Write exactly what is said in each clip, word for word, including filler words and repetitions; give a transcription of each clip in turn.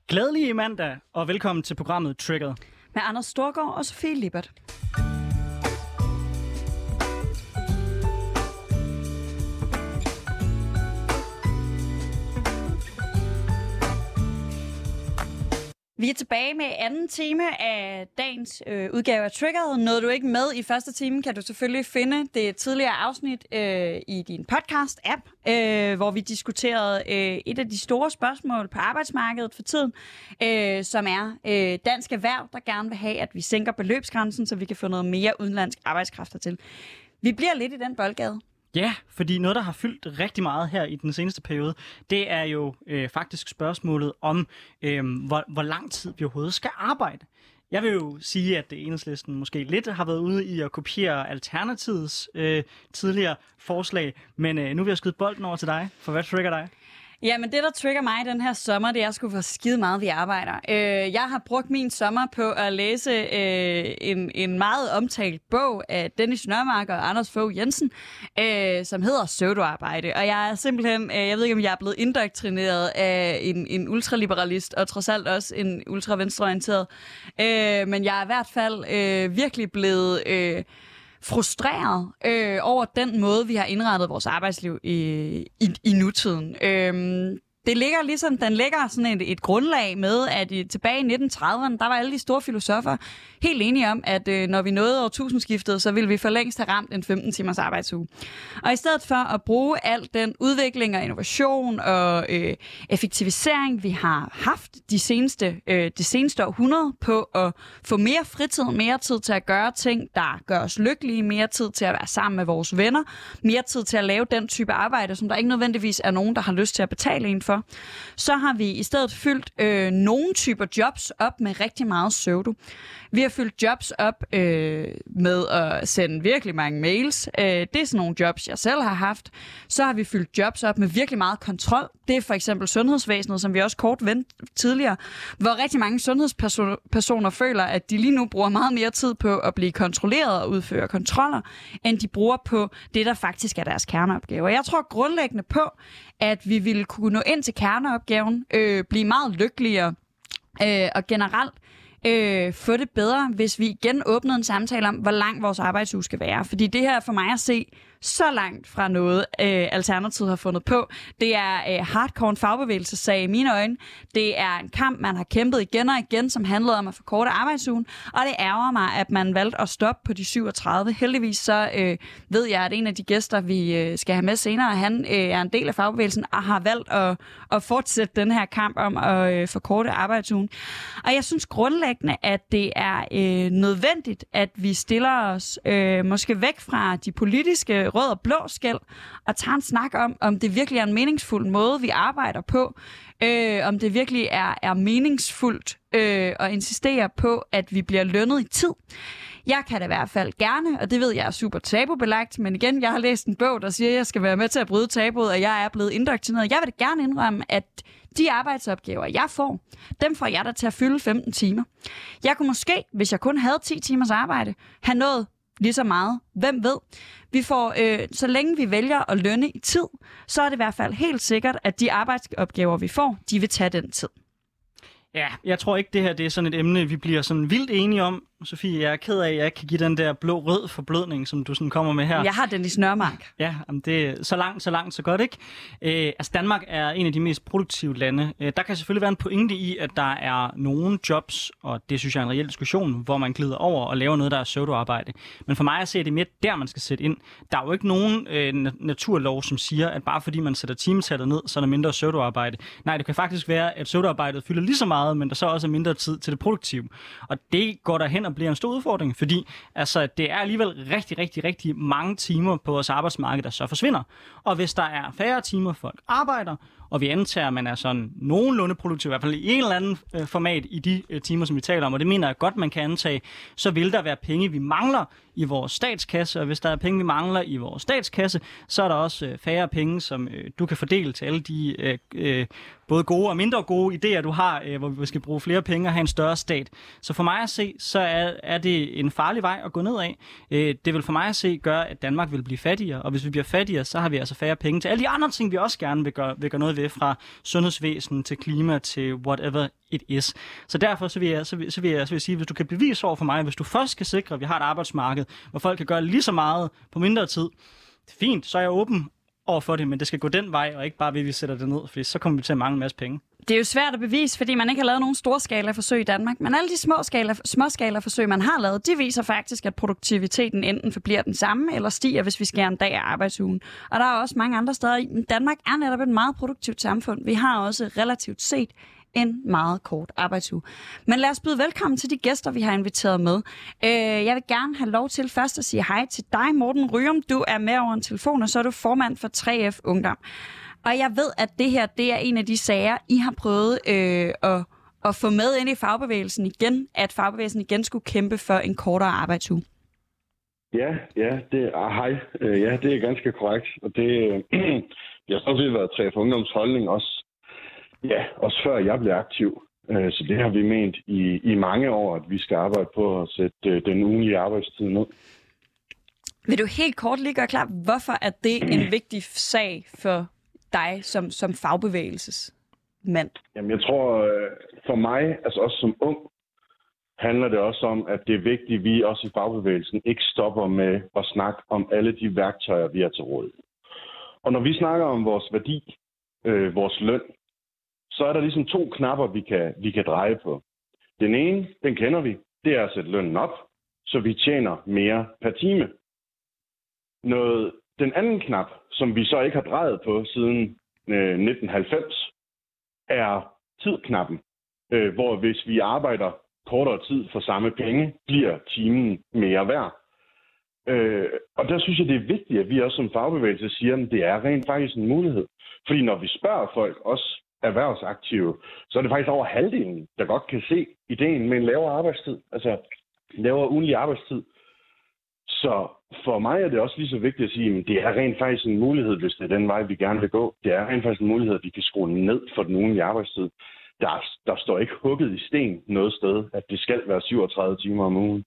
Glædelig mandag, og velkommen til programmet Triggered. Med Anders Storgård og Sofie Lippert. Vi er tilbage med anden time af dagens øh, udgave af Triggered. Nåede du ikke med i første time, kan du selvfølgelig finde det tidligere afsnit øh, i din podcast-app, øh, hvor vi diskuterede øh, et af de store spørgsmål på arbejdsmarkedet for tiden, øh, som er øh, Dansk Erhverv, der gerne vil have, at vi sænker beløbsgrænsen, så vi kan få noget mere udenlandsk arbejdskraft til. Vi bliver lidt i den boldgade. Ja, fordi noget, der har fyldt rigtig meget her i den seneste periode, det er jo øh, faktisk spørgsmålet om, øh, hvor, hvor lang tid vi overhovedet skal arbejde. Jeg vil jo sige, at Enhedslisten måske lidt har været ude i at kopiere Alternativets øh, tidligere forslag, men øh, nu vil jeg skyde bolden over til dig, for hvad trigger dig? Ja, men det, der trigger mig den her sommer, det er sgu for skide meget, vi arbejder. Øh, jeg har brugt min sommer på at læse øh, en, en meget omtalt bog af Dennis Nørmark og Anders Fogh Jensen, øh, som hedder Pseudoarbejde. Og jeg er simpelthen, øh, jeg ved ikke, om jeg er blevet indoktrineret af en, en ultraliberalist, og trods alt også en ultravenstreorienteret. Øh, men jeg er i hvert fald øh, virkelig blevet... Øh, frustreret øh, over den måde, vi har indrettet vores arbejdsliv i, i, i nutiden. Øhm, det ligger ligesom, den ligger sådan et, et grundlag med, at i, tilbage i nitten trediverne, der var alle de store filosofer helt enige om, at øh, når vi nåede årtusindskiftet, så ville vi for længst have ramt en femten timers arbejdsuge. Og i stedet for at bruge al den udvikling og innovation og øh, effektivisering, vi har haft de seneste, øh, de seneste århundrede på at få mere fritid, mere tid til at gøre ting, der gør os lykkelige, mere tid til at være sammen med vores venner, mere tid til at lave den type arbejde, som der ikke nødvendigvis er nogen, der har lyst til at betale en for, så har vi i stedet fyldt øh, nogle typer jobs op med rigtig meget pseudo. Vi har fyldt jobs op øh, med at sende virkelig mange mails. Øh, det er sådan nogle jobs, jeg selv har haft. Så har vi fyldt jobs op med virkelig meget kontrol. Det er for eksempel sundhedsvæsenet, som vi også kort vendte tidligere, hvor rigtig mange sundhedspersoner føler, at de lige nu bruger meget mere tid på at blive kontrolleret og udføre kontroller, end de bruger på det, der faktisk er deres kerneopgave. Jeg tror grundlæggende på, at vi ville kunne nå ind til kerneopgaven, øh, blive meget lykkeligere øh, og generelt Øh, få det bedre, hvis vi igen åbnede en samtale om, hvor lang vores arbejdsuge skal være. Fordi det her for mig at se så langt fra noget, øh, Alternativet har fundet på. Det er øh, hardcore fagbevægelsessag i mine øjne. Det er en kamp, man har kæmpet igen og igen, som handlede om at forkorte arbejdsugen. Og det ærger mig, at man valgte at stoppe på de syvogtredive. Heldigvis så øh, ved jeg, at en af de gæster, vi øh, skal have med senere, han øh, er en del af fagbevægelsen og har valgt at, at fortsætte den her kamp om at øh, forkorte arbejdsugen. Og jeg synes grundlæggende, at det er øh, nødvendigt, at vi stiller os øh, måske væk fra de politiske rød og blå skæld og tager en snak om, om det virkelig er en meningsfuld måde, vi arbejder på. Øh, om det virkelig er, er meningsfuldt øh, at insistere på, at vi bliver lønnet i tid. Jeg kan da i hvert fald gerne, og det ved jeg er super tabubelagt, men igen, jeg har læst en bog, der siger, at jeg skal være med til at bryde tabuet, og jeg er blevet indoktrineret. Jeg vil da gerne indrømme, at de arbejdsopgaver, jeg får, dem får jeg da til at fylde femten timer. Jeg kunne måske, hvis jeg kun havde ti timers arbejde, have nået lige så meget. Hvem ved? Vi får, øh, så længe vi vælger at lønne i tid, så er det i hvert fald helt sikkert, at de arbejdsopgaver, vi får, de vil tage den tid. Ja, jeg tror ikke, det her det er sådan et emne, vi bliver sådan vildt enige om. Sofie, jeg er ked af, at jeg ikke kan give den der blå-rød forblødning, som du sådan kommer med her. Jeg har Dennis Nørmark. Ja, det er så langt, så langt, så godt, ikke? Øh, altså, Danmark er en af de mest produktive lande. Øh, der kan selvfølgelig være en pointe i, at der er nogle jobs, og det synes jeg er en reel diskussion, hvor man glider over og laver noget, der er pseudoarbejde. Men for mig at se, det er mere der, man skal sætte ind. Der er jo ikke nogen øh, naturlov, som siger, at bare fordi man sætter timetallet ned, så er der mindre pseudoarbejde. Nej, det kan faktisk være, at pseudoarbejdet fylder lige så meget, men der så også er mindre tid til det produktive. Og det går derhen og bliver en stor udfordring, fordi altså, det er alligevel rigtig, rigtig, rigtig mange timer på vores arbejdsmarked, der så forsvinder. Og hvis der er færre timer, folk arbejder, og vi antager, at man er sådan nogenlunde produktiv, i hvert fald i en eller anden øh, format i de øh, timer, som vi taler om, og det mener jeg godt, man kan antage, så vil der være penge, vi mangler i vores statskasse, og hvis der er penge, vi mangler i vores statskasse, så er der også øh, færre penge, som øh, du kan fordele til alle de øh, øh, både gode og mindre gode idéer, du har, øh, hvor vi skal bruge flere penge og have en større stat. Så for mig at se, så er, er det en farlig vej at gå ned af. Øh, det vil for mig at se gøre, at Danmark vil blive fattigere, og hvis vi bliver fattigere, så har vi altså færre penge til alle de andre ting, vi også gerne vil gøre, vil gøre noget ved. ved, fra sundhedsvæsen til klima til whatever it is. Så derfor så vil jeg, så vil, så vil jeg, så vil jeg sige, hvis du kan bevise over for mig, hvis du først kan sikre, at vi har et arbejdsmarked, hvor folk kan gøre lige så meget på mindre tid, fint, så er jeg åben over for det, men det skal gå den vej, og ikke bare ved, at vi sætter det ned, for så kommer vi til at mangle en masse penge. Det er jo svært at bevise, fordi man ikke har lavet nogen storskala-forsøg i Danmark, men alle de små skala, småskala-forsøg, man har lavet, de viser faktisk, at produktiviteten enten forbliver den samme, eller stiger, hvis vi skærer en dag af arbejdsugen. Og der er også mange andre steder. Danmark er netop et meget produktivt samfund. Vi har også relativt set en meget kort arbejdsuge. Men lad os byde velkommen til de gæster, vi har inviteret med. Øh, jeg vil gerne have lov til først at sige hej til dig, Morten Ryum. Du er med over en telefon, og så er du formand for tre F Ungdom. Og jeg ved, at det her det er en af de sager, I har prøvet øh, at, at få med ind i fagbevægelsen igen, at fagbevægelsen igen skulle kæmpe for en kortere arbejdsuge. Ja, ja, det er hej. Ja, det er ganske korrekt. Og det, det har sådan set været tre F Ungdoms holdning også. Ja, også før jeg blev aktiv. Så det har vi ment i, i mange år, at vi skal arbejde på at sætte den ugenlige arbejdstid ned. Vil du helt kort lige gøre klar, hvorfor er det en vigtig sag for dig som, som fagbevægelsesmand? Jamen, jeg tror, for mig, altså også som ung, handler det også om, at det er vigtigt, at vi også i fagbevægelsen ikke stopper med at snakke om alle de værktøjer, vi har til rådighed. Og når vi snakker om vores værdi, øh, vores løn, så er der ligesom to knapper, vi kan, vi kan dreje på. Den ene, den kender vi, det er at sætte lønnen op, så vi tjener mere per time. Noget, den anden knap, som vi så ikke har drejet på siden øh, nitten halvfems, er tidknappen, øh, hvor hvis vi arbejder kortere tid for samme penge, bliver timen mere værd. Øh, og der synes jeg, det er vigtigt, at vi også som fagbevægelse siger, at det er rent faktisk en mulighed. Fordi når vi spørger folk, også erhvervsaktive, så er det faktisk over halvdelen, der godt kan se ideen med en lavere arbejdstid, altså lavere ugenlig arbejdstid. Så for mig er det også lige så vigtigt at sige, at det er rent faktisk en mulighed, hvis det er den vej, vi gerne vil gå. Det er rent faktisk en mulighed, at vi kan skrue ned for den ugenlige arbejdstid. Der, der står ikke hugget i sten noget sted, at det skal være syvogtredive timer om ugen.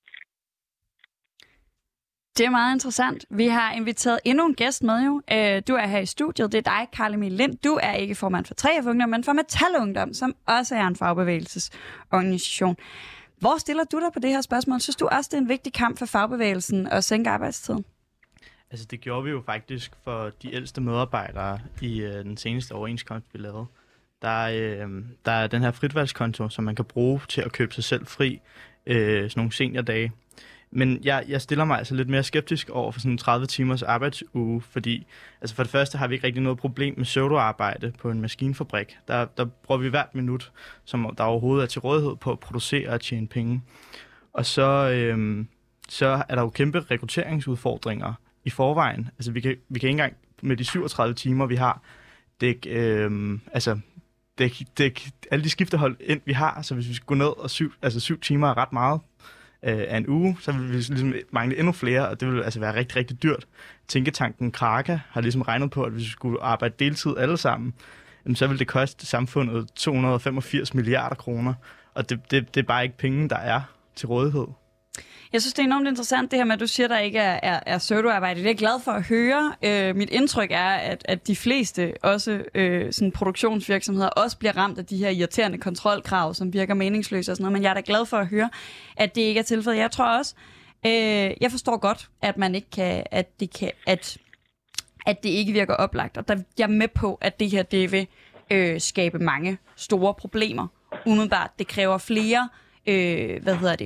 Det er meget interessant. Vi har inviteret endnu en gæst med jo. Du er her i studiet. Det er dig, Carl Emil Lind. Du er ikke formand for tre F Ungdom, men for Metal Ungdom, som også er en fagbevægelsesorganisation. Hvor stiller du dig på det her spørgsmål? Synes du også, det er en vigtig kamp for fagbevægelsen at sænke arbejdstiden? Altså det gjorde vi jo faktisk for de ældste medarbejdere i øh, den seneste overenskomst, vi lavede. Der, øh, der er den her fritvalgskonto, som man kan bruge til at købe sig selv fri øh, sådan nogle seniordage. Men jeg, jeg stiller mig altså lidt mere skeptisk over for sådan en tredive timers arbejdsuge, fordi altså for det første har vi ikke rigtig noget problem med pseudoarbejde på en maskinfabrik. Der, der bruger vi hvert minut, som der overhovedet er til rådighed på at producere og tjene penge. Og så, øhm, så er der jo kæmpe rekrutteringsudfordringer i forvejen. Altså vi kan, vi kan ikke engang med de syvogtredive timer, vi har, dække, øhm, altså, dæk, dæk alle de skiftehold ind, vi har. Så hvis vi skal gå ned, og syv, altså syv timer er ret meget af en uge, så vil vi ligesom mangle endnu flere, og det vil altså være rigtig, rigtig dyrt. Tænketanken Kraka har ligesom regnet på, at hvis vi skulle arbejde deltid alle sammen, så vil det koste samfundet to hundrede og femogfirs milliarder kroner, og det, det, det er bare ikke penge, der er til rådighed. Jeg synes, det er enormt interessant, det her med, at du siger, at der ikke er, er, er pseudoarbejde. Det er jeg glad for at høre. Øh, mit indtryk er, at, at de fleste også øh, sådan produktionsvirksomheder også bliver ramt af de her irriterende kontrolkrav, som virker meningsløse og sådan noget. Men jeg er da glad for at høre, at det ikke er tilfældet. Jeg tror også, øh, jeg forstår godt, at man ikke kan, at det kan, at, at det ikke virker oplagt. Og der, jeg er med på, at det her det vil øh, skabe mange store problemer. Umiddelbart, det kræver flere, øh, hvad hedder det?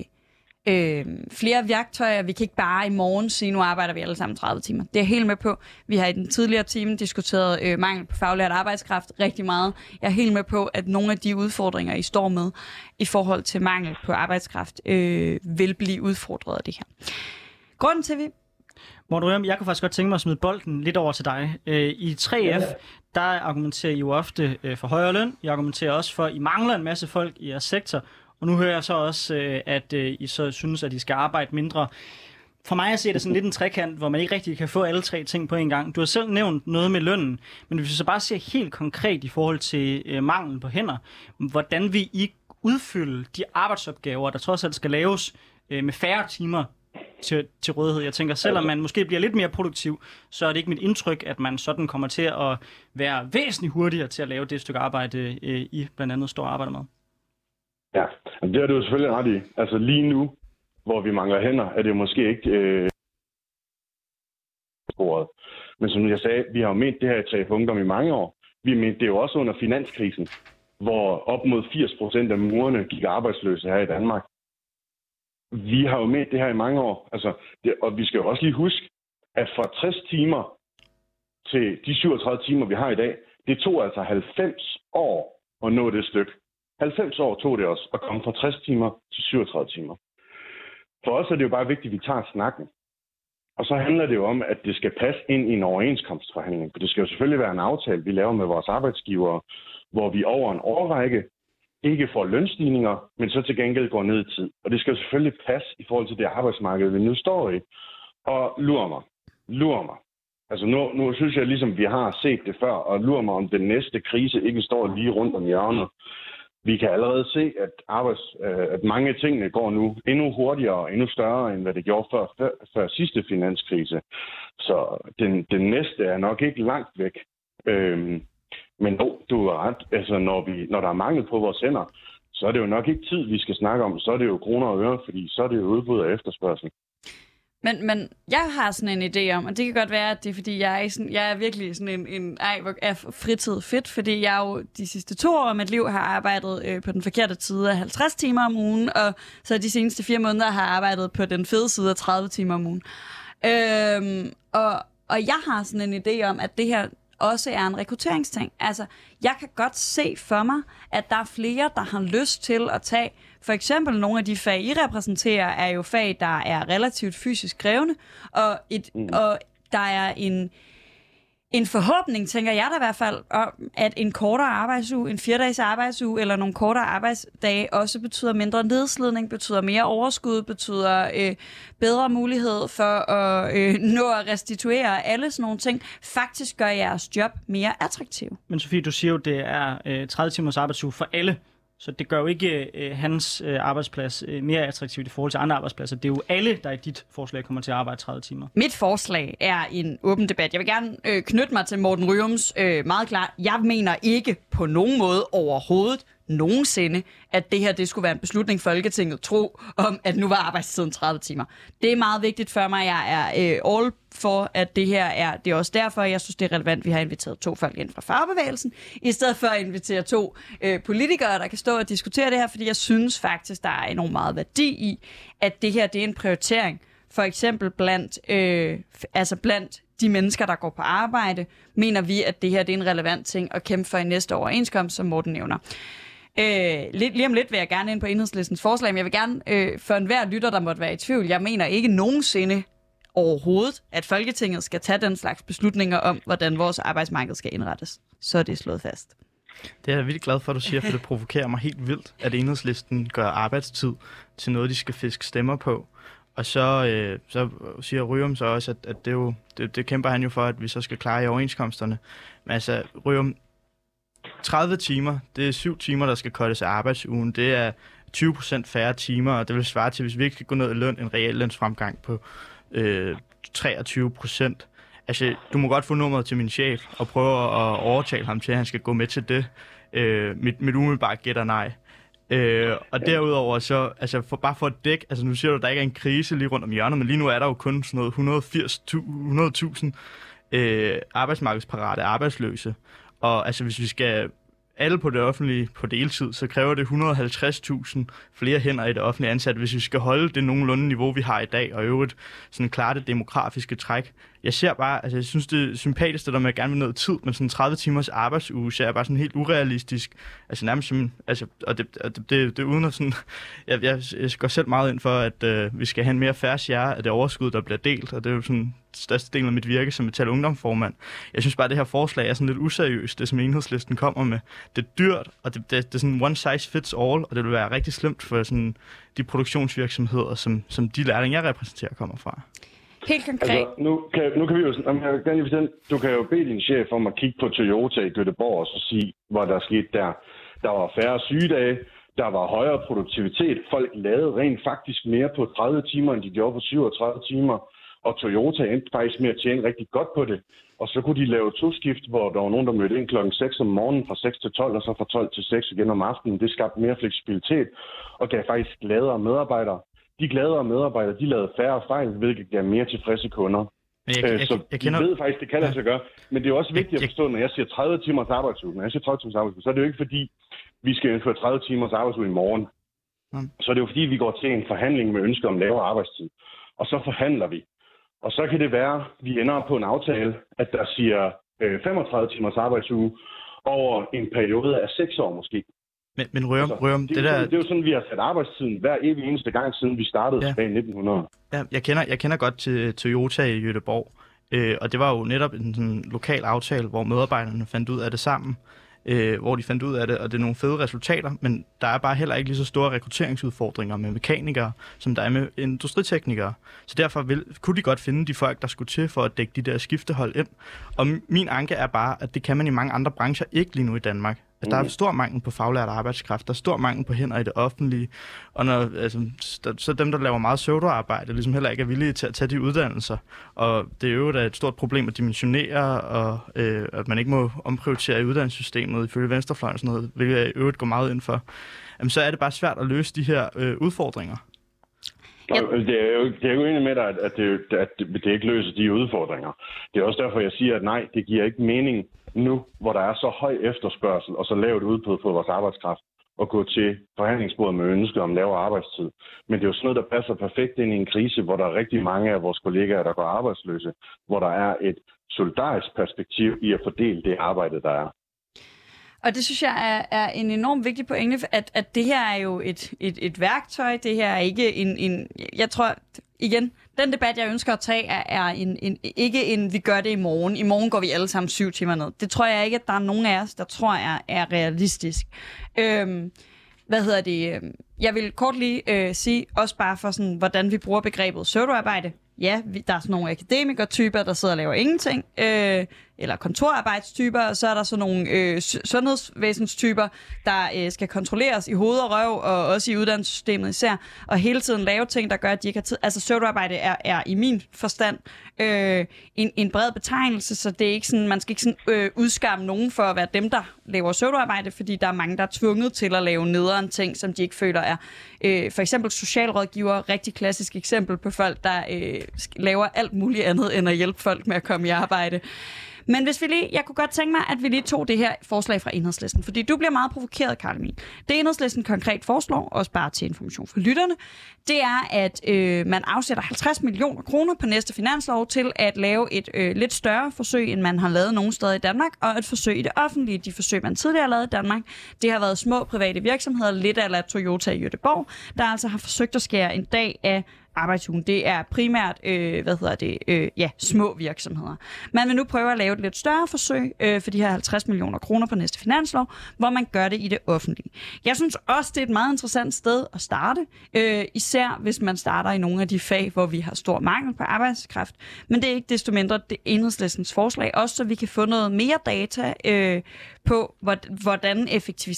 Øh, flere værktøjer. Vi kan ikke bare i morgen sige, nu arbejder vi alle sammen tredive timer. Det er jeg helt med på. Vi har i den tidligere time diskuteret øh, mangel på faglært arbejdskraft rigtig meget. Jeg er helt med på, at nogle af de udfordringer, I står med i forhold til mangel på arbejdskraft, øh, vil blive udfordret af det her. Grunden til, vi... Morten, jeg kunne faktisk godt tænke mig at smide bolden lidt over til dig. I tre F, der argumenterer I jo ofte for højere løn. I argumenterer også for, at I mangler en masse folk i jeres sektor. Og nu hører jeg så også, at I så synes, at I skal arbejde mindre. For mig at se, det sådan lidt en trekant, hvor man ikke rigtig kan få alle tre ting på en gang. Du har selv nævnt noget med lønnen, men hvis vi så bare ser helt konkret i forhold til manglen på hænder, hvordan vil I udfylde de arbejdsopgaver, der trods alt skal laves med færre timer til, til rådighed. Jeg tænker, selvom man måske bliver lidt mere produktiv, så er det ikke mit indtryk, at man sådan kommer til at være væsentligt hurtigere til at lave det stykke arbejde, øh, I blandt andet står og arbejder med. Ja, det er du jo selvfølgelig ret i. Altså lige nu, hvor vi mangler hænder, er det jo måske ikke øh, sporet. Men som jeg sagde, vi har jo ment det her i Tre Ungdom i mange år. Vi har ment det jo også under finanskrisen, hvor op mod firs procent af murerne gik arbejdsløse her i Danmark. Vi har jo ment det her i mange år. Altså, det, og vi skal jo også lige huske, at fra tres timer til de syvogtredive timer, vi har i dag, det tog altså halvfems år at nå det stykke. halvfems år tog det også at komme fra tres timer til syvogtredive timer. For os er det jo bare vigtigt, at vi tager snakken. Og så handler det jo om, at det skal passe ind i en overenskomstforhandling. For det skal jo selvfølgelig være en aftale, vi laver med vores arbejdsgivere, hvor vi over en årrække ikke får lønstigninger, men så til gengæld går ned i tid. Og det skal jo selvfølgelig passe i forhold til det arbejdsmarked, vi nu står i. Og lurer mig. Lurer mig. Altså nu, nu synes jeg ligesom, vi har set det før, og lurer mig, om den næste krise ikke står lige rundt om hjørnet. Vi kan allerede se, at, arbejds, øh, at mange af tingene går nu endnu hurtigere og endnu større, end hvad det gjorde før, før, før sidste finanskrise. Så den, den næste er nok ikke langt væk. Øhm, men jo, du er ret. Altså, når, vi, når der er mangel på vores hænder, så er det jo nok ikke tid, vi skal snakke om. Så er det jo kroner og øre, fordi så er det jo udbud af efterspørgsel. Men, men jeg har sådan en idé om, og det kan godt være, at det er, fordi jeg er, sådan, jeg er virkelig sådan en, en ej, hvor er fritid fedt, fordi jeg jo de sidste to år af mit liv har arbejdet øh, på den forkerte side af halvtreds timer om ugen, og så de seneste fire måneder har jeg arbejdet på den fede side af tredive timer om ugen. Øhm, og, og jeg har sådan en idé om, at det her også er en rekrutteringsting. Altså, jeg kan godt se for mig, at der er flere, der har lyst til at tage for eksempel nogle af de fag, I repræsenterer, er jo fag, der er relativt fysisk krævende, og, et, mm. og der er en, en forhåbning, tænker jeg da i hvert fald, om, at en kortere arbejdsuge, en fire-dages arbejdsuge, eller nogle kortere arbejdsdage, også betyder mindre nedslidning, betyder mere overskud, betyder øh, bedre mulighed for at øh, nå at restituere alle sådan nogle ting, faktisk gør jeres job mere attraktiv. Men Sofie, du siger jo, det er øh, tredive timers arbejdsuge for alle. Så det gør jo ikke øh, hans øh, arbejdsplads øh, mere attraktivt i forhold til andre arbejdspladser. Det er jo alle, der i dit forslag kommer til at arbejde tredive timer. Mit forslag er en åben debat. Jeg vil gerne øh, knytte mig til Morten Ryums øh, meget klart. Jeg mener ikke på nogen måde overhovedet nogensinde, at det her det skulle være en beslutning Folketinget tro om, at nu var arbejdstiden tredive timer. Det er meget vigtigt for mig. Jeg er øh, all for, at det her er, det er også derfor, jeg synes, det er relevant, at vi har inviteret to folk ind fra fagbevægelsen, i stedet for at invitere to øh, politikere, der kan stå og diskutere det her, fordi jeg synes faktisk, der er enormt meget værdi i, at det her det er en prioritering. For eksempel blandt, øh, altså blandt de mennesker, der går på arbejde, mener vi, at det her det er en relevant ting at kæmpe for i næste overenskomst, som Morten nævner. Øh, lidt, lige om lidt vil jeg gerne ind på Enhedslistens forslag, men jeg vil gerne øh, for enhver lytter, der måtte være i tvivl, jeg mener ikke nogensinde overhovedet, at Folketinget skal tage den slags beslutninger om, hvordan vores arbejdsmarked skal indrettes. Så er det slået fast. Det er jeg vildt glad for, at du siger, for det provokerer mig helt vildt, at Enhedslisten gør arbejdstid til noget, de skal fiske stemmer på. Og så, øh, så siger Ryum så også, at, at det, jo, det, det kæmper han jo for, at vi så skal klare i overenskomsterne. Men altså, Ryum, tredive timer, det er syv timer, der skal cuttes af arbejdsugen. Det er tyve procent færre timer, og det vil svare til, hvis vi ikke skal gå ned i løn, en reel lønsfremgang på øh, treogtyve procent. Altså, du må godt få nummeret til min chef og prøve at overtale ham til, at han skal gå med til det. Øh, mit, mit umiddelbare gætter nej. Øh, og derudover så, altså for, bare for at dække, altså nu siger du, at der ikke er en krise lige rundt om hjørnet, men lige nu er der jo kun sådan noget et hundrede og firs tusind øh, arbejdsmarkedsparate arbejdsløse. Og altså hvis vi skal alle på det offentlige på deltid, så kræver det et hundrede og halvtreds tusind flere hænder i det offentlige ansatte, hvis vi skal holde det nogenlunde niveau, vi har i dag, og i øvrigt sådan klare det demografiske træk. Jeg ser bare, altså jeg synes det er sympatisk, at der med gerne vil noget tid, men sådan tredive timers arbejdsuge ser jeg bare sådan helt urealistisk, altså nærmest som, altså, og det, det, det, det uden at sådan, jeg, jeg, jeg går selv meget ind for, at øh, vi skal have en mere fair share af det overskud, der bliver delt, og det er jo sådan største del af mit virke som Metal Ungdomsformand. Jeg synes bare, at det her forslag er sådan lidt useriøst, det som Enhedslisten kommer med. Det er dyrt, og det, det, det er sådan one size fits all, og det vil være rigtig slemt for sådan de produktionsvirksomheder, som, som de lærlinge, jeg repræsenterer, kommer fra. Helt konkret. Altså, nu, kan, nu kan vi jo, jeg vil gerne lige fortælle, du kan jo bede din chef om at kigge på Toyota i Göteborg og så sige, hvad der skete der. Der var færre sygedage, Der var højere produktivitet. Folk lavede rent faktisk mere på tredive timer, end de gjorde på syvogtredive timer. Og Toyota endte faktisk med at tjene rigtig godt på det. Og så kunne de lave to-skift, hvor der var nogen, der mødte ind klokken seks om morgenen fra seks til tolv, og så fra tolv til seks igen om aftenen. Det skabte mere fleksibilitet og gav faktisk gladere medarbejdere. De gladere medarbejdere, de lavede færre fejl, hvilket gav mere tilfredse kunder. Jeg, jeg, jeg, så jeg kender... vi ved faktisk, det kan lade sig gøre. Men det er også vigtigt jeg, jeg... at forstå, når jeg siger tredive timers arbejdsuge. Når jeg siger tredive timers arbejdsuge, så er det jo ikke fordi, vi skal indføre tredive timers arbejdsuge i morgen. Hmm. Så er det jo fordi, vi går til en forhandling med ønsker om lavere arbejdstid. Og så forhandler vi. Og så kan det være, at vi ender på en aftale, at der siger øh, femogtredive timers arbejdsuge over en periode af seks år måske. Men, men Rørum, altså, Rørum, det, det, det, der... det er jo sådan, vi har sat arbejdstiden hver evig eneste gang, siden vi startede ja. i nitten hundrede. Ja, jeg kender, jeg kender godt til Toyota i Göteborg, øh, og det var jo netop en sådan lokal aftale, hvor medarbejderne fandt ud af det sammen. Øh, hvor de fandt ud af det, og det er nogle fede resultater, men der er bare heller ikke lige så store rekrutteringsudfordringer med mekanikere, som der er med industriteknikere. Så derfor vil, kunne de godt finde de folk, der skulle til for at dække de der skiftehold ind. Og min anke er bare, at det kan man i mange andre brancher ikke lige nu i Danmark. At der er stor mangel på faglært arbejdskraft, der er stor mangel på hænder i det offentlige, og når, altså, der, så dem, der laver meget pseudoarbejde, ligesom heller ikke er villige til at tage de uddannelser. Og det er jo da et stort problem at dimensionere, og øh, at man ikke må omprioritere i uddannelsessystemet ifølge venstrefløjen og sådan noget, hvilket jeg i øvrigt går meget ind for. Jamen, så er det bare svært at løse de her øh, udfordringer. Ja. Det er jo, det er jo enig med dig, at det, at det ikke løser de udfordringer. Det er også derfor, jeg siger, at nej, det giver ikke mening nu, hvor der er så høj efterspørgsel og så lavt udbud på vores arbejdskraft, at gå til forhandlingsbordet med ønsker om lavere arbejdstid. Men det er jo sådan noget, der passer perfekt ind i en krise, hvor der er rigtig mange af vores kollegaer, der går arbejdsløse, hvor der er et solidarisk perspektiv i at fordele det arbejde, der er. Og det synes jeg er, er en enormt vigtig pointe, at, at det her er jo et, et, et værktøj. Det her er ikke en, en... Jeg tror, igen, den debat, jeg ønsker at tage, er, er en, en, ikke en, vi gør det i morgen. I morgen går vi alle sammen syv timer ned. Det tror jeg ikke, at der er nogen af os, der tror er, er realistisk. Øhm, hvad hedder det? Jeg vil kort lige øh, sige, også bare for sådan, hvordan vi bruger begrebet pseudoarbejde. Ja, vi, der er sådan nogle akademikertyper, der sidder og laver ingenting, øh, eller kontorarbejdstyper, og så er der sådan nogle øh, sundhedsvæsenstyper, der øh, skal kontrolleres i hoved og røv, og også i uddannelsessystemet især, og hele tiden lave ting, der gør, at de ikke har tid. Altså pseudoarbejde er, er i min forstand øh, en, en bred betegnelse, så det er ikke sådan, man skal ikke sådan, øh, udskamme nogen for at være dem, der laver pseudoarbejde, fordi der er mange, der er tvunget til at lave nederen ting, som de ikke føler er. Øh, for eksempel socialrådgiver, rigtig klassisk eksempel på folk, der øh, laver alt muligt andet, end at hjælpe folk med at komme i arbejde. Men hvis vi lige, jeg kunne godt tænke mig, at vi lige tog det her forslag fra Enhedslisten, fordi du bliver meget provokeret, Carl Emil. Det Enhedslisten konkret foreslår, også bare til information for lytterne, det er, at øh, man afsætter halvtreds millioner kroner på næste finanslov til at lave et øh, lidt større forsøg, end man har lavet nogen steder i Danmark, og et forsøg i det offentlige. De forsøg, man tidligere har lavet i Danmark, det har været små private virksomheder, lidt a la Toyota i Göteborg, der altså har forsøgt at skære en dag af arbejdsugen. Det er primært, øh, hvad hedder det, øh, ja, små virksomheder. Man vil nu prøve at lave et lidt større forsøg øh, for de her halvtreds millioner kroner på næste finanslov, hvor man gør det i det offentlige. Jeg synes også, det er et meget interessant sted at starte, øh, især hvis man starter i nogle af de fag, hvor vi har stor mangel på arbejdskraft. Men det er ikke desto mindre det Enhedslistens forslag, også så vi kan få noget mere data øh, på, hvordan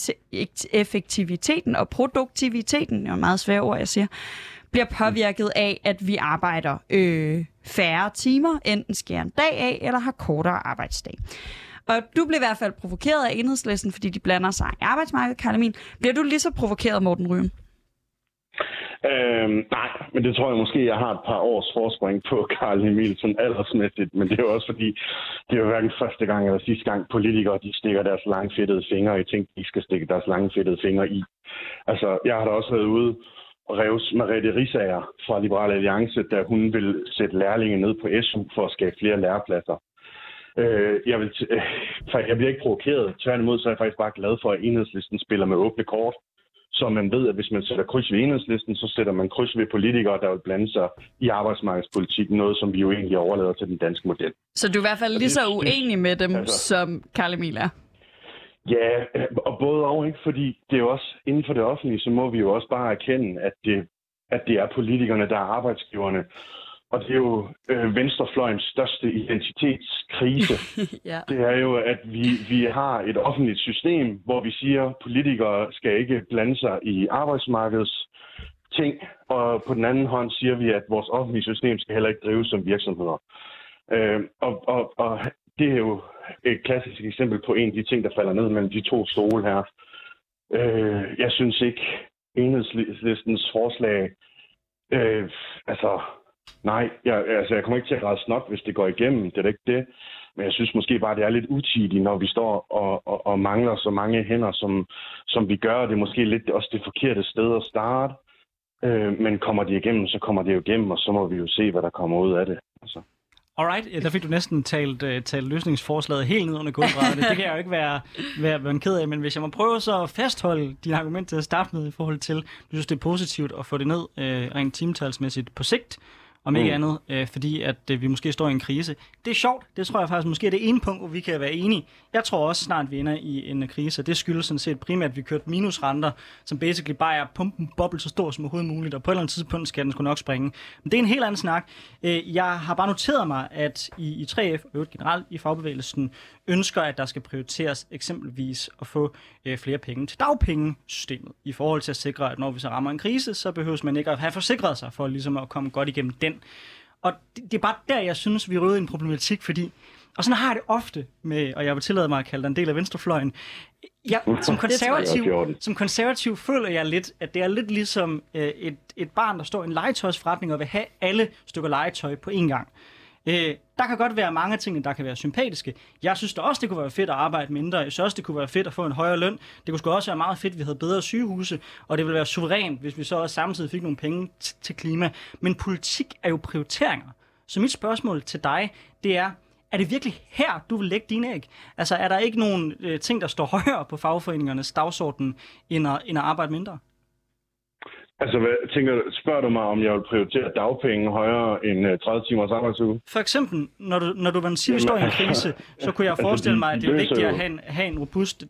effektiviteten og produktiviteten, det er meget svære ord, jeg siger, bliver påvirket af, at vi arbejder øh, færre timer, enten skærer en dag af, eller har kortere arbejdsdag. Og du bliver i hvert fald provokeret af Enhedslisten, fordi de blander sig i arbejdsmarkedet, Carl Emil. Bliver du lige så provokeret, Morten Ryen? Øhm, nej, men det tror jeg måske, jeg har et par års forspring på Carl Emil, sådan aldersmæssigt, men det er jo også fordi, det er jo hverken første gang eller sidste gang, politikere de stikker deres langfedtede fingre i ting, de skal stikke deres langfedtede fingre i. Altså, jeg har da også været ude og revs Merete Risager fra Liberal Alliance, da hun vil sætte lærlinge ned på S U for at skabe flere lærepladser. Øh, jeg, vil t- øh, jeg bliver ikke provokeret. Tværtimod så er jeg faktisk bare glad for, at Enhedslisten spiller med åbne kort. Så man ved, at hvis man sætter kryds ved Enhedslisten, så sætter man kryds ved politikere, der vil blande sig i arbejdsmarkedspolitikken. Noget, som vi jo egentlig overlader til den danske model. Så du er i hvert fald lige så uenig med dem, altså, som Carl Emil er? Ja, og både og, ikke? Fordi det er jo også inden for det offentlige, så må vi jo også bare erkende, at det, at det er politikerne, der er arbejdsgiverne. Og det er jo øh, venstrefløjens største identitetskrise. ja. Det er jo, at vi, vi har et offentligt system, hvor vi siger, at politikere skal ikke blande sig i arbejdsmarkedets ting. Og på den anden hånd siger vi, at vores offentlige system skal heller ikke drives som virksomheder. Øh, og, og, og det er jo et klassisk eksempel på en af de ting, der falder ned mellem de to stole her. Øh, jeg synes ikke, Enhedslistens forslag... Øh, altså... Nej, jeg, altså, jeg kommer ikke til at græde snot, hvis det går igennem. Det er da ikke det. Men jeg synes måske bare, det er lidt utidigt, når vi står og, og, og mangler så mange hænder, som, som vi gør. Det er måske lidt også det forkerte sted at starte. Øh, men kommer det igennem, så kommer det jo igennem, og så må vi jo se, hvad der kommer ud af det. Altså. Alright, der fik du næsten talt, uh, talt løsningsforslaget helt ned under gulvbrædderne. Det kan jeg jo ikke være, være, være en ked af, men hvis jeg må prøve så at fastholde dine argument til at starte med i forhold til, du synes, det er positivt at få det ned uh, rent timetalsmæssigt på sigt, om ikke mm. andet, øh, fordi at øh, vi måske står i en krise. Det er sjovt. Det tror jeg faktisk måske er det ene punkt, hvor vi kan være enige. Jeg tror også snart, vi ender i en krise. Det skyldes sådan set primært, at vi kørte minusrenter, som basically bare er pumpen boble så stor som overhovedet muligt, og på et eller andet tidspunkt skal den sgu nok springe. Men det er en helt anden snak. Øh, jeg har bare noteret mig, at i, i tre F og generelt i fagbevægelsen ønsker, at der skal prioriteres eksempelvis at få øh, flere penge til dagpengesystemet, i forhold til at sikre, at når vi så rammer en krise, så behøves man ikke at have forsikret sig for ligesom at komme godt igennem den. Og det, det er bare der, jeg synes, vi røder i en problematik, fordi, og sådan har jeg det ofte med, og jeg vil tillade mig at kalde dig en del af venstrefløjen, jeg, som, konservativ, som konservativ føler jeg lidt, at det er lidt ligesom øh, et, et barn, der står i en legetøjsforretning og vil have alle stykker legetøj på én gang. Øh, der kan godt være mange ting, der kan være sympatiske. Jeg synes da også, det kunne være fedt at arbejde mindre. Jeg synes også, det kunne være fedt at få en højere løn. Det kunne sgu også være meget fedt, at vi havde bedre sygehuse. Og det ville være suverænt, hvis vi så også samtidig fik nogle penge t- til klima. Men politik er jo prioriteringer. Så mit spørgsmål til dig, det er, er det virkelig her, du vil lægge dine æg? Altså, er der ikke nogen øh, ting, der står højere på fagforeningernes dagsorden, end at, end at arbejde mindre? Altså, hvad, tænker, spørger du mig, om jeg vil prioritere dagpenge højere end tredive timers arbejdsuge? For eksempel, når du, når du siger, at vi står i en krise, så kunne jeg forestille mig, at det er vigtigere at have en, have en robust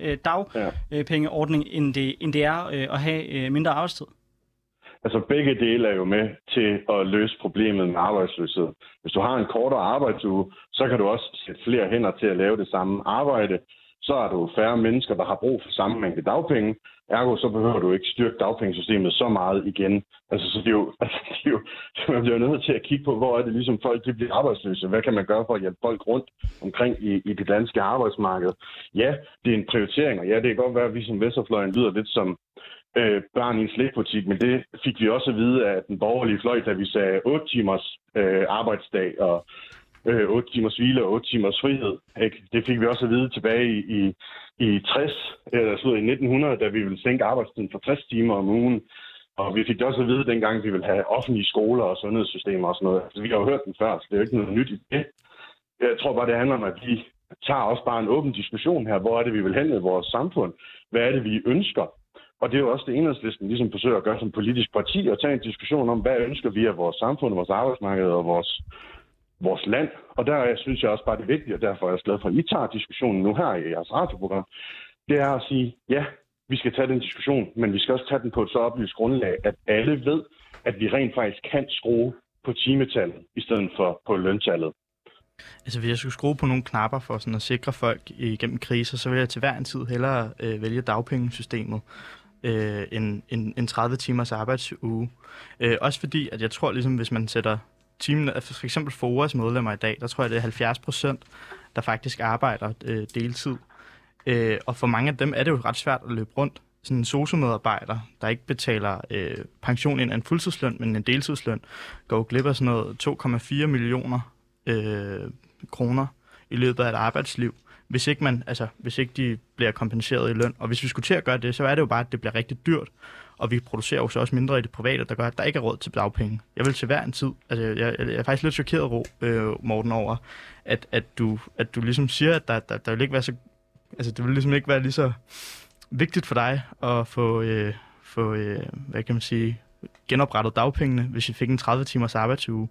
dagpengeordning, end det, end det er at have mindre arbejdstid. Altså, begge dele er jo med til at løse problemet med arbejdsløshed. Hvis du har en kortere arbejdsuge, så kan du også sætte flere hænder til at lave det samme arbejde. Så er du færre mennesker, der har brug for samme mængde dagpenge. Ergo, så behøver du ikke styrke dagpengesystemet så meget igen. Altså, så det er jo, altså, det er jo, man bliver nødt til at kigge på, hvor er det ligesom folk de bliver arbejdsløse. Hvad kan man gøre for at hjælpe folk rundt omkring i, i det danske arbejdsmarked? Ja, det er en prioritering, og ja, det kan godt være, at vi som venstrefløjen lyder lidt som øh, børn i en slikbutik, men det fik vi også at vide af den borgerlige fløj, da vi sagde otte timers øh, arbejdsdag og Øh, otte timers hvile og otte timers frihed. Ikke? Det fik vi også at vide tilbage i, i, i tres, eller så i nitten hundrede, da vi ville sænke arbejdstiden for tres timer om ugen. Og vi fik det også at vide dengang, vi ville have offentlige skoler og sundhedssystemer og sådan noget. Altså, vi har jo hørt den før, så det er jo ikke noget nyt i det. Jeg tror bare, det handler om, at vi tager også bare en åben diskussion her. Hvor er det, vi vil hen med vores samfund? Hvad er det, vi ønsker? Og det er jo også det, Enhedslisten ligesom forsøger at gøre som politisk parti, og tage en diskussion om, hvad ønsker vi af vores samfund, vores arbejdsmarked og vores vores land. Og der synes jeg også bare, det er vigtigt, og derfor er jeg glad for, at I tager diskussionen nu her i jeres radioprogram. Det er at sige, ja, vi skal tage den diskussion, men vi skal også tage den på et så oplyst grundlag, at alle ved, at vi rent faktisk kan skrue på timetallet, i stedet for på løntallet. Altså, hvis jeg skulle skrue på nogle knapper for sådan at sikre folk igennem kriser, så vil jeg til hver en tid hellere øh, vælge dagpengesystemet øh, end, end, end tredive timers arbejdsuge. Øh, også fordi, at jeg tror, ligesom hvis man sætter timen, for eksempel Foras medlemmer i dag, der tror jeg, det er halvfjerds procent, der faktisk arbejder øh, deltid. Øh, og for mange af dem er det jo ret svært at løbe rundt. Sådan en sosu-medarbejder, der ikke betaler øh, pension ind af en fuldtidsløn, men en deltidsløn, går glip af sådan noget to komma fire millioner øh, kroner i løbet af et arbejdsliv, hvis ikke, man, altså, hvis ikke de bliver kompenseret i løn. Og hvis vi skulle til at gøre det, så er det jo bare, at det bliver rigtig dyrt. Og vi producerer jo så også mindre i det private, der gør, at der ikke er råd til dagpenge. Jeg vil til hver en tid. Altså, jeg, jeg er faktisk lidt chokeret, Ro, øh, Morten, over, at, at, du, at du ligesom siger, at der, der, der vil ikke være så, altså, det vil ligesom ikke være lige så vigtigt for dig at få, øh, få øh, hvad kan man sige, genoprettet dagpengene, hvis vi fik en tredive timers arbejdsuge.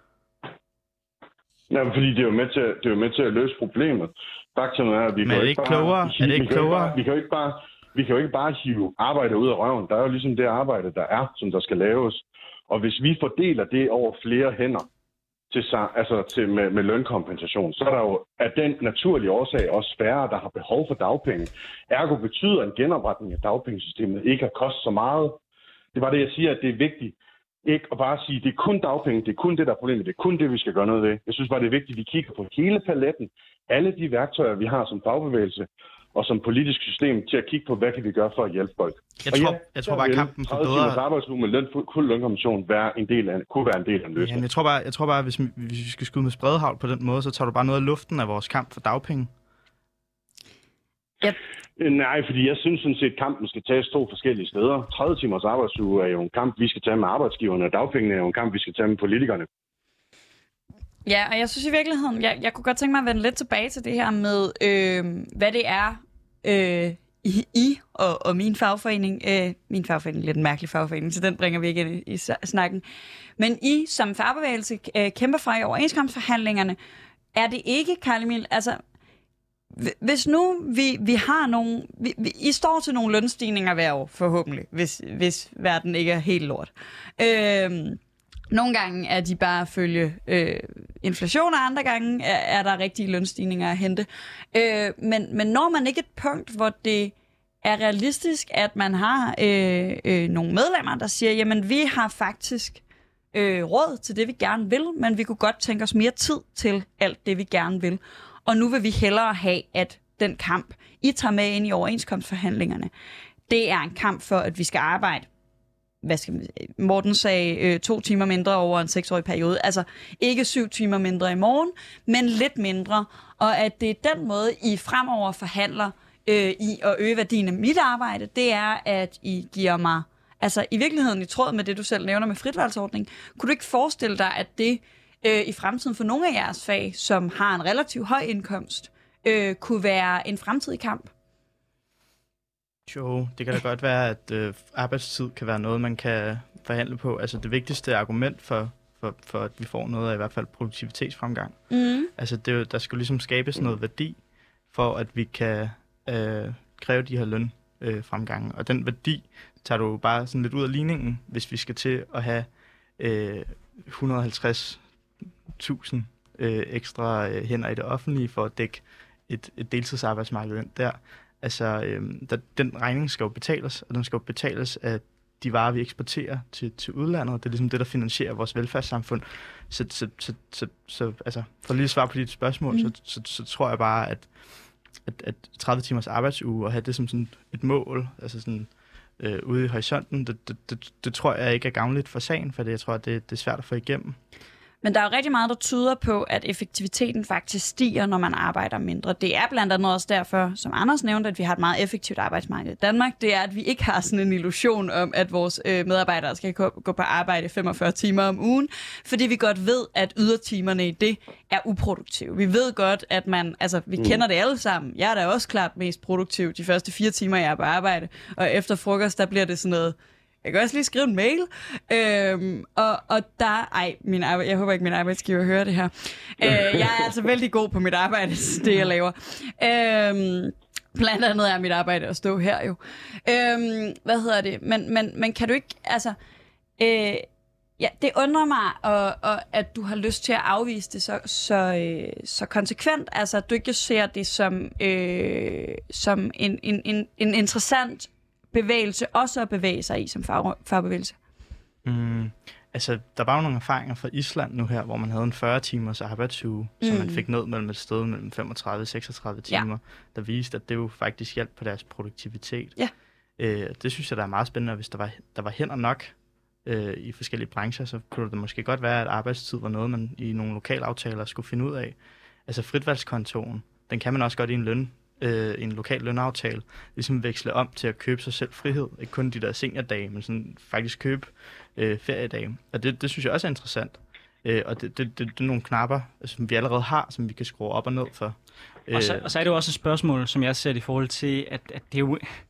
Ja, fordi det er jo med til, det er jo med til at løse problemet. Faktum er, at vi Men er det ikke klogere? Er det ikke klogere? Vi kan jo ikke bare Vi kan jo ikke bare hive arbejde ud af røven. Der er jo ligesom det arbejde, der er, som der skal laves. Og hvis vi fordeler det over flere hænder til, altså til med, med lønkompensation, så er der jo af den naturlige årsag også færre, der har behov for dagpenge. Ergo betyder en genopretning af dagpengesystemet ikke at koste så meget. Det var det, jeg siger, at det er vigtigt. Ikke at bare sige, at det er kun dagpenge, det er kun det, der er problemet, det er kun det, vi skal gøre noget ved. Jeg synes bare, det er vigtigt, at vi kigger på hele paletten, alle de værktøjer, vi har som fagbevægelse og som politisk system til at kigge på, hvad kan vi gøre for at hjælpe folk. Jeg tror, ja, jeg tror bare, at kampen for bedre... tredive timers arbejdsuge med løn, fuld lønkommission være en del af, kunne være en del af en løsning. Ja, jeg tror bare, jeg tror bare hvis, hvis vi skal skyde med spredhavl på den måde, så tager du bare noget af luften af vores kamp for dagpenge. Yep. Nej, fordi jeg synes sådan set, at kampen skal tages to forskellige steder. tredive timers arbejdsuge er jo en kamp, vi skal tage med arbejdsgiverne, og dagpengene er jo en kamp, vi skal tage med politikerne. Ja, og jeg synes i virkeligheden, jeg, jeg kunne godt tænke mig at vende lidt tilbage til det her med, øh, hvad det er, øh, I, I og, og min fagforening, øh, min fagforening er lidt en mærkelig fagforening, så den bringer vi ikke ind i, i snakken, men I som fagbevægelse øh, kæmper fra i overenskomstforhandlingerne. Er det ikke, Carl Emil, altså... Hvis nu vi, vi har nogle... Vi, vi, I står til nogle lønstigninger hver år, forhåbentlig, hvis, hvis verden ikke er helt lort. Øhm, nogle gange er de bare at følge øh, inflation, og andre gange er, er der rigtige lønstigninger at hente. Øh, men, men når man ikke et punkt, hvor det er realistisk, at man har øh, øh, nogle medlemmer, der siger, jamen vi har faktisk øh, råd til det, vi gerne vil, men vi kunne godt tænke os mere tid til alt det, vi gerne vil. Og nu vil vi hellere have, at den kamp, I tager med ind i overenskomstforhandlingerne, det er en kamp for, at vi skal arbejde. Hvad skal man, Morten sagde øh, to timer mindre over en seksårig periode. Altså ikke syv timer mindre i morgen, men lidt mindre. Og at det er den måde, I fremover forhandler øh, i at øge værdien af mit arbejde, det er, at I giver mig, altså i virkeligheden i tråd med det, du selv nævner med fritvalgsordning, kunne du ikke forestille dig, at det i fremtiden for nogle af jeres fag, som har en relativt høj indkomst, øh, kunne være en fremtidig kamp? Jo, det kan da godt være, at øh, arbejdstid kan være noget, man kan forhandle på. Altså det vigtigste argument for, for, for at vi får noget af i hvert fald produktivitetsfremgang. Mm. Altså det, der skal ligesom skabes noget værdi, for at vi kan øh, kræve de her lønfremgange. Øh, og den værdi tager du bare sådan lidt ud af ligningen, hvis vi skal til at have øh, et hundrede og halvtreds tusind øh, ekstra øh, hænder i det offentlige for at dække et, et deltidsarbejdsmarked ind der. Altså, øh, der, den regning skal jo betales, og den skal jo betales af de varer, vi eksporterer til, til udlandet. Det er ligesom det, der finansierer vores velfærdssamfund. Så, så, så, så, så altså, for lige at svare på dit spørgsmål, mm. så, så, så tror jeg bare, at, at, at tredive timers arbejdsuge og have det som sådan et mål, altså sådan øh, ude i horisonten, det, det, det, det tror jeg ikke er gavnligt for sagen, for det, jeg tror, det, det er svært at få igennem. Men der er jo rigtig meget, der tyder på, at effektiviteten faktisk stiger, når man arbejder mindre. Det er blandt andet også derfor, som Anders nævnte, at vi har et meget effektivt arbejdsmarked i Danmark. Det er, at vi ikke har sådan en illusion om, at vores øh, medarbejdere skal gå på arbejde femogfyrre timer om ugen, fordi vi godt ved, at ydertimerne i det er uproduktive. Vi ved godt, at man, altså vi mm. kender det alle sammen. Jeg er da også klart mest produktiv de første fire timer, jeg er på arbejde, og efter frokost, der bliver det sådan noget. Jeg kan også lige skrive en mail. Øhm, og, og der... Ej, min arbejde, jeg håber ikke, min arbejdsgiver hører det her. Øh, jeg er altså vældig god på mit arbejde, det jeg laver. Øhm, blandt andet er mit arbejde at stå her jo. Øhm, hvad hedder det? Men, men, men kan du ikke... Altså, øh, ja, det undrer mig, og, og, at du har lyst til at afvise det så, så, øh, så konsekvent. Altså, at du ikke ser det som, øh, som en, en, en, en interessant bevægelse, også at bevæge sig i som fag, fagbevægelse? Mm, altså, der var jo nogle erfaringer fra Island nu her, hvor man havde en fyrre timers arbejdsuge, mm. som man fik ned mellem et sted mellem femogtredive og seksogtredive timer, ja. Der viste, at det jo faktisk hjalp på deres produktivitet. Ja. Øh, det synes jeg, der er meget spændende, hvis der var, der var hænder nok øh, i forskellige brancher, så kunne det måske godt være, at arbejdstid var noget, man i nogle lokalaftaler skulle finde ud af. Altså fritvalgskontoen, den kan man også godt i en løn øh, en lokal lønaftale, ligesom veksle om til at købe sig selv frihed. Ikke kun de der seniordage, men sådan faktisk købe øh, feriedage. Og det, det synes jeg også er interessant. Øh, og det, det, det, det er nogle knapper, som vi allerede har, som vi kan skrue op og ned for. Og så, og så er det jo også et spørgsmål, som jeg ser i forhold til, at, at det er jo...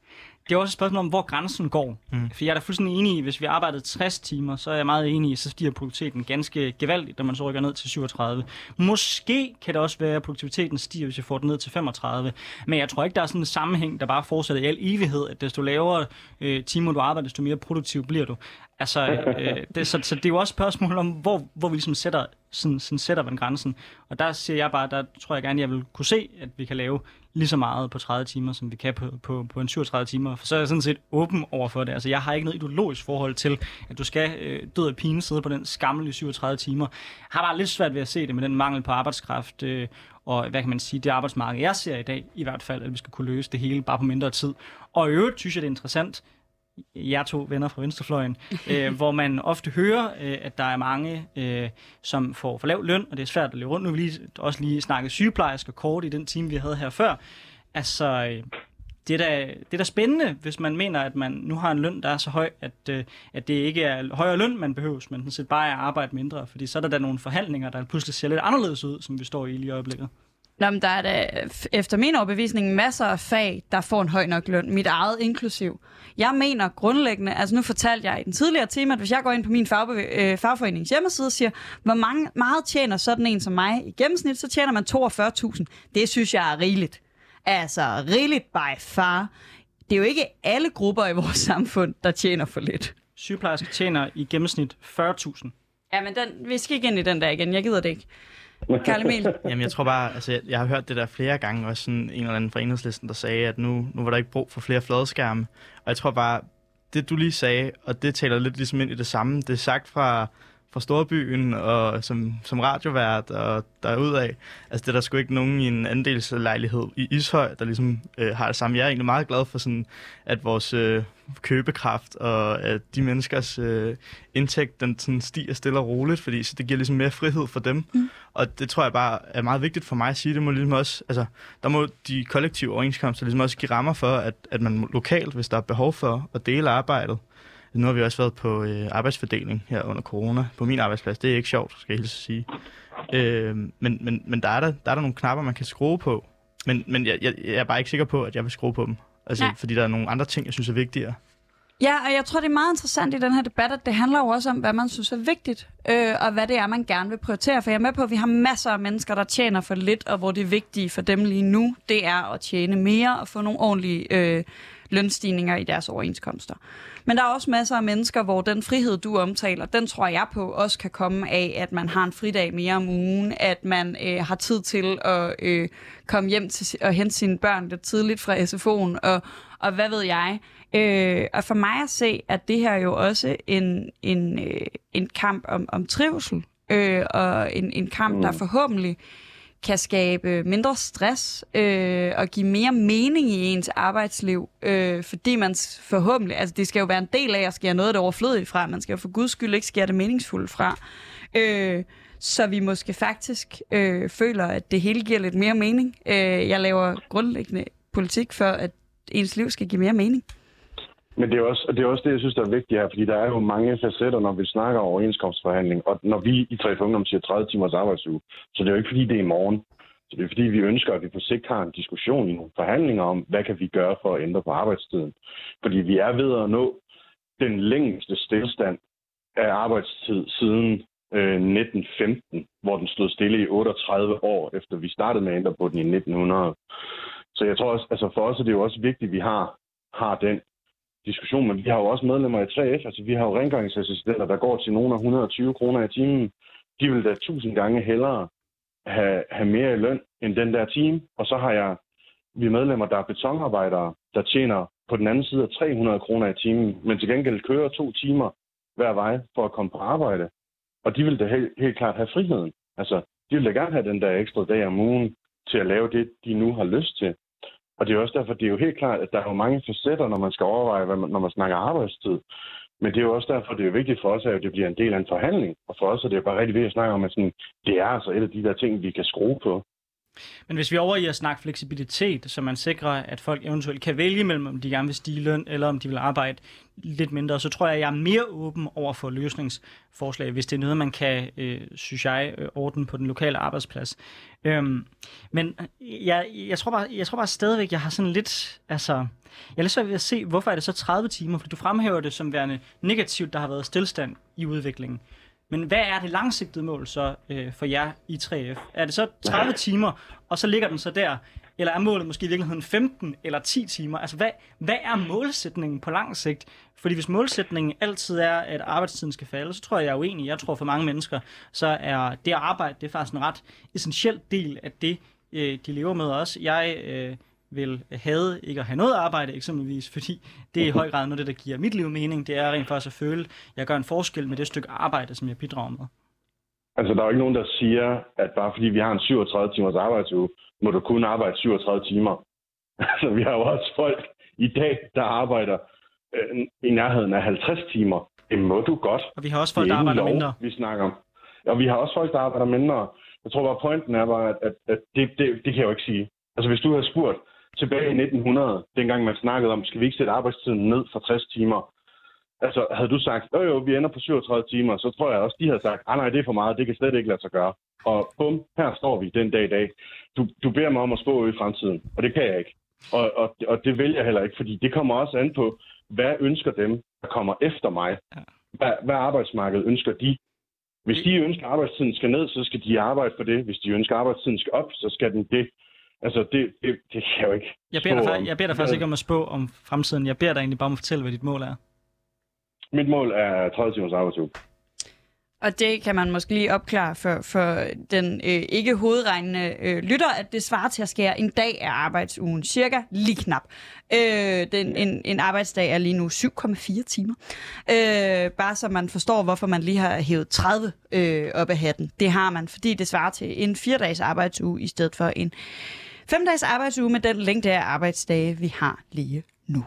det er også et spørgsmål om, hvor grænsen går. Mm. For jeg er da fuldstændig enig i, hvis vi arbejdede tres timer, så er jeg meget enig i, så stiger produktiviteten ganske gevaldigt, når man så rykker ned til syvogtredive. Måske kan det også være, at produktiviteten stiger, hvis vi får den ned til femogtredive. Men jeg tror ikke, der er sådan en sammenhæng, der bare fortsætter i al evighed, at desto lavere øh, timer du arbejder, desto mere produktiv bliver du. Altså, øh, det, så, så det er jo også et spørgsmål om, hvor, hvor vi ligesom sætter, sådan, sådan sætter man grænsen. Og der siger jeg bare, der tror jeg gerne, jeg vil kunne se, at vi kan lave lige så meget på tredive timer, som vi kan på, på, på en syvogtredive timer. For så er jeg sådan set åben over for det. Altså, jeg har ikke noget ideologisk forhold til, at du skal øh, død af pine sidde på den skammelige syvogtredive timer. Jeg har bare lidt svært ved at se det med den mangel på arbejdskraft, øh, og hvad kan man sige, det arbejdsmarked, jeg ser i dag, i hvert fald, at vi skal kunne løse det hele bare på mindre tid. Og i øvrigt synes jeg, det er interessant, jer to venner fra venstrefløjen, øh, hvor man ofte hører, øh, at der er mange, øh, som får for lav løn, og det er svært at løbe rundt. Nu har vi lige, også lige snakket sygeplejersker kort i den time, vi havde her før. Altså, øh, det er, da, det er da spændende, hvis man mener, at man nu har en løn, der er så høj, at, øh, at det ikke er højere løn, man behøves, men sådan set bare er at arbejde mindre. Fordi så er der da nogle forhandlinger, der pludselig ser lidt anderledes ud, som vi står i lige i øjeblikket. Nå, men der er da efter min overbevisning masser af fag, der får en høj nok løn. Mit eget inklusiv. Jeg mener grundlæggende, altså nu fortalte jeg i den tidligere time, at hvis jeg går ind på min fagbev- øh, fagforenings hjemmeside og siger, hvor mange, meget tjener sådan en som mig i gennemsnit, så tjener man toogfyrre tusind. Det synes jeg er rigeligt. Altså rigeligt by far. Det er jo ikke alle grupper i vores samfund, der tjener for lidt. Sygeplejersker tjener i gennemsnit fyrre tusind. Ja, men den, vi skal ikke ind i den der igen. Jeg gider det ikke. Karl Emil? Jamen, jeg tror bare, altså, jeg, jeg har hørt det der flere gange, også sådan en eller anden fra Enhedslisten, der sagde, at nu, nu var der ikke brug for flere fladskærme. Og jeg tror bare, det du lige sagde, og det taler lidt ligesom ind i det samme, det er sagt fra, fra storbyen og som, som radiovært og derudad. Altså, det er der sgu ikke nogen i en andelslejlighed i Ishøj, der ligesom øh, har det samme. Jeg er egentlig meget glad for sådan, at vores øh, købekraft og at de menneskers øh, indtægt, den sådan stiger stille og roligt, fordi så det giver ligesom mere frihed for dem. Mm. Og det tror jeg bare er meget vigtigt for mig at sige. Det må ligesom også, altså, der må de kollektive overenskomster ligesom også give rammer for, at, at man lokalt, hvis der er behov for at dele arbejdet. Nu har vi også været på øh, arbejdsfordeling her under corona på min arbejdsplads. Det er ikke sjovt, skal jeg hilse sige. Øh, men men, men der, er der, der er der nogle knapper, man kan skrue på. Men, men jeg, jeg, jeg er bare ikke sikker på, at jeg vil skrue på dem. Altså, fordi der er nogle andre ting, jeg synes er vigtigere. Ja, og jeg tror, det er meget interessant i den her debat, at det handler jo også om, hvad man synes er vigtigt, øh, og hvad det er, man gerne vil prioritere. For jeg er med på, at vi har masser af mennesker, der tjener for lidt, og hvor det vigtige for dem lige nu, det er at tjene mere og få nogle ordentlige øh, lønstigninger i deres overenskomster. Men der er også masser af mennesker, hvor den frihed, du omtaler, den tror jeg på, også kan komme af, at man har en fridag mere om ugen, at man øh, har tid til at øh, komme hjem til og hente sine børn lidt tidligt fra S F O'en, og, og hvad ved jeg. Øh, og for mig at se, at det her er jo også en, en, øh, en kamp om, om trivsel, øh, og en, en kamp, der forhåbentlig kan skabe mindre stress øh, og give mere mening i ens arbejdsliv, øh, fordi man forhåbentlig, altså det skal jo være en del af at skære noget af det overflødige fra, man skal jo for guds skyld ikke skære det meningsfulde fra, øh, så vi måske faktisk øh, føler, at det hele giver lidt mere mening. Øh, jeg laver grundlæggende politik for, at ens liv skal give mere mening. Men det er, også, det er også det, jeg synes, der er vigtigt her, fordi der er jo mange facetter, når vi snakker om overenskomstforhandling, og når vi i tre Ungdom siger tredive timers arbejdsuge, så det er jo ikke, fordi det er i morgen. Så det er, fordi vi ønsker, at vi på sigt har en diskussion i nogle forhandlinger om, hvad kan vi gøre for at ændre på arbejdstiden. Fordi vi er ved at nå den længste stillestand af arbejdstid siden øh, nitten femten, hvor den stod stille i otteogtredive år, efter vi startede med at ændre på den i nitten hundrede. Så jeg tror også, altså for os er det jo også vigtigt, at vi har, har den diskussion, men vi har jo også medlemmer i tre F, altså vi har jo rengøringsassistenter, der går til nogle af et hundrede og tyve kroner i timen. De vil da tusind gange hellere have, have mere i løn end den der time, og så har jeg vi medlemmer, der er betonarbejdere, der tjener på den anden side af tre hundrede kroner i timen, men til gengæld kører to timer hver vej for at komme på arbejde. Og de vil da helt, helt klart have friheden. Altså, de vil da gerne have den der ekstra dag om ugen til at lave det, de nu har lyst til. Og det er også derfor, det er jo helt klart, at der er jo mange facetter, når man skal overveje, hvad man, når man snakker arbejdstid. Men det er jo også derfor, det er jo vigtigt for os, at det bliver en del af en forhandling. Og for os er det jo bare rigtig vigtigt at snakke om, at sådan, det er altså et af de der ting, vi kan skrue på. Men hvis vi er over i at snakke fleksibilitet, så man sikrer, at folk eventuelt kan vælge mellem, om de gerne vil stige løn, eller om de vil arbejde lidt mindre, så tror jeg, at jeg er mere åben over for løsningsforslag, hvis det er noget, man kan, øh, synes jeg, ordne på den lokale arbejdsplads. Øhm, men jeg, jeg, tror bare, jeg tror bare stadigvæk, jeg har sådan lidt, altså, jeg er lidt svært ved at se, hvorfor er det så tredive timer, for du fremhæver det som værende negativt, der har været stillstand i udviklingen. Men hvad er det langsigtede mål så øh, for jer i tre F? Er det så tredive timer, og så ligger den så der? Eller er målet måske i virkeligheden femten eller ti timer? Altså, hvad, hvad er målsætningen på lang sigt? Fordi hvis målsætningen altid er, at arbejdstiden skal falde, så tror jeg, jeg er uenig. Jeg tror for mange mennesker, så er det at arbejde, det er faktisk en ret essentiel del af det, øh, de lever med også. Jeg øh, vil have ikke at have noget arbejde, eksempelvis, fordi det er i høj grad noget af det, der giver mit liv mening. Det er rent faktisk at føle, at jeg gør en forskel med det stykke arbejde, som jeg bidrager med. Altså, der er jo ikke nogen, der siger, at bare fordi vi har en syvogtredive timers arbejdsuge, må du kun arbejde syvogtredive timer. Altså, vi har jo også folk i dag, der arbejder øh, i nærheden af halvtreds timer. Det må du godt. Og vi har også folk, der arbejder lov, mindre. Vi snakker om. Og vi har også folk, der arbejder mindre. Jeg tror bare, pointen er bare, at, at, at det, det, det kan jeg jo ikke sige. Altså, hvis du havde spurgt tilbage i nitten hundrede, dengang man snakkede om, skal vi ikke sætte arbejdstiden ned fra tres timer? Altså, havde du sagt, jo jo, vi ender på syvogtredive timer, så tror jeg også, de havde sagt, ah nej, det er for meget, det kan slet ikke lade sig gøre. Og bum, her står vi den dag i dag. Du, du beder mig om at spå i fremtiden, og det kan jeg ikke. Og, og, og det vil jeg heller ikke, fordi det kommer også an på, hvad ønsker dem, der kommer efter mig? Hvad, hvad arbejdsmarkedet ønsker de? Hvis de ønsker, at arbejdstiden skal ned, så skal de arbejde for det. Hvis de ønsker, at arbejdstiden skal op, så skal den det. Altså, det, det, det kan jeg jo ikke jeg beder, dig, jeg beder dig faktisk ikke om at spå om fremtiden. Jeg beder dig egentlig bare om at fortælle, hvad dit mål er. Mit mål er tredive timers arbejdsuge. Og det kan man måske lige opklare for, for den øh, ikke hovedregnende øh, lytter, at det svarer til at skære en dag af arbejdsugen. Cirka lige knap. Øh, den, en, en arbejdsdag er lige nu syv komma fire timer. Øh, bare så man forstår, hvorfor man lige har hævet tredive øh, op af hatten. Det har man, fordi det svarer til en fire dages arbejdsuge i stedet for en fem dages arbejdsuge med den længde af arbejdsdage, vi har lige nu.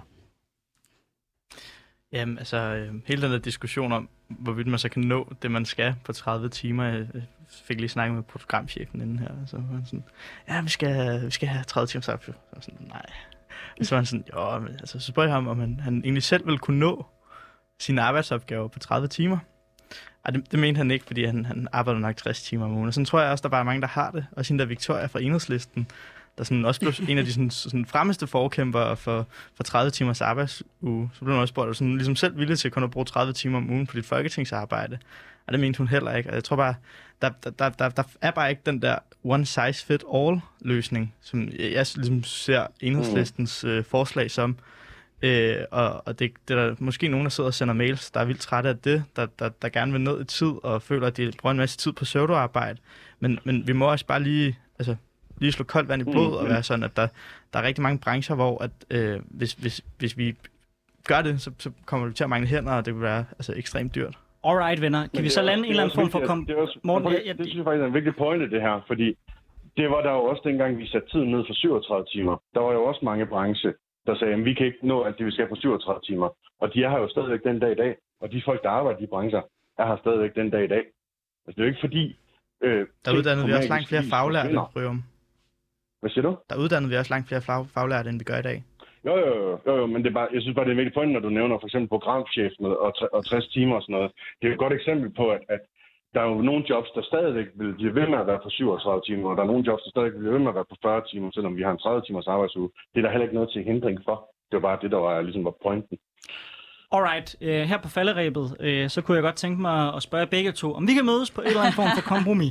Jamen, altså, øh, hele den der diskussion om, hvorvidt man så kan nå det, man skal på tredive timer. Jeg fik lige snakket med programchefen inden her, så var han sådan, ja, vi skal, vi skal have tredive timers arbejde. Så var sådan, nej. Så var han sådan, jo, men altså, så spørger jeg ham, om han, han egentlig selv ville kunne nå sine arbejdsopgaver på tredive timer. Ej, det, det mente han ikke, fordi han, han arbejder nok tres timer om ugen. Og sådan tror jeg også, der bare er mange, der har det. Og sådan der Victoria fra Enhedslisten, der sådan også blev en af de sådan, sådan fremmeste forkæmpere for, for tredive timers arbejdsuge. Så blev hun også spurgt, er du sådan ligesom selv villig til at kunne bruge tredive timer om ugen på dit folketingsarbejde? Og det mente hun heller ikke. Og jeg tror bare, der, der, der, der er bare ikke den der one size fit all løsning, som jeg ligesom ser Enhedslistens øh, forslag som. Øh, og og det, det er der måske nogen, der sidder og sender mails, der er vildt trætte af det, der, der, der gerne vil ned i tid og føler, at de bruger en masse tid på pseudoarbejde. Men, men vi må også bare lige... Altså, lige slå koldt vand i blodet, mm. og være sådan, at der, der er rigtig mange brancher, hvor at, øh, hvis, hvis, hvis vi gør det, så, så kommer vi til at mangle hænder, og det vil være altså, ekstremt dyrt. Alright, venner. Kan vi så lande en eller anden form for... Kom... Det, også, Morten, jeg, jeg, det synes jeg faktisk er en vigtig pointe, det her, fordi det var der jo også dengang, vi satte tiden ned for syvogtredive timer. Der var jo også mange brancher, der sagde, at vi kan ikke nå alt det, vi skal på syvogtredive timer. Og de er her jo stadigvæk den dag i dag, og de folk, der arbejder i de brancher, er her stadigvæk den dag i dag. Altså, det er jo ikke fordi... Øh, der uddannede vi også langt flere faglærte, Rørum. Hvad siger du? Der uddannede vi også langt flere faglærte, end vi gør i dag. Jo, jo, jo, jo, men det er bare, jeg synes bare, det er en vigtig point, når du nævner for eksempel programchef med og, og tres timer og sådan noget. Det er et godt eksempel på, at, at der er jo nogle jobs, der stadigvæk vil blive ved med at være på syvogtredive timer, og der er nogle jobs, der stadigvæk vil blive ved med at være på fyrre timer, selvom vi har en tredive timers arbejdsuge. Det er der heller ikke noget til hindring for. Det var bare det, der var, ligesom var pointen. Alright, uh, her på falderæbet, uh, så kunne jeg godt tænke mig at spørge begge to, om vi kan mødes på en eller anden form for kompromis.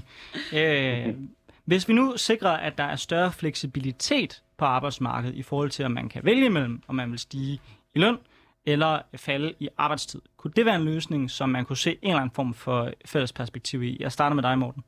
Uh, Hvis vi nu sikrer, at der er større fleksibilitet på arbejdsmarkedet i forhold til, at man kan vælge mellem, om man vil stige i løn eller falde i arbejdstid, kunne det være en løsning, som man kunne se en eller anden form for fælles perspektiv i? Jeg starter med dig, Morten.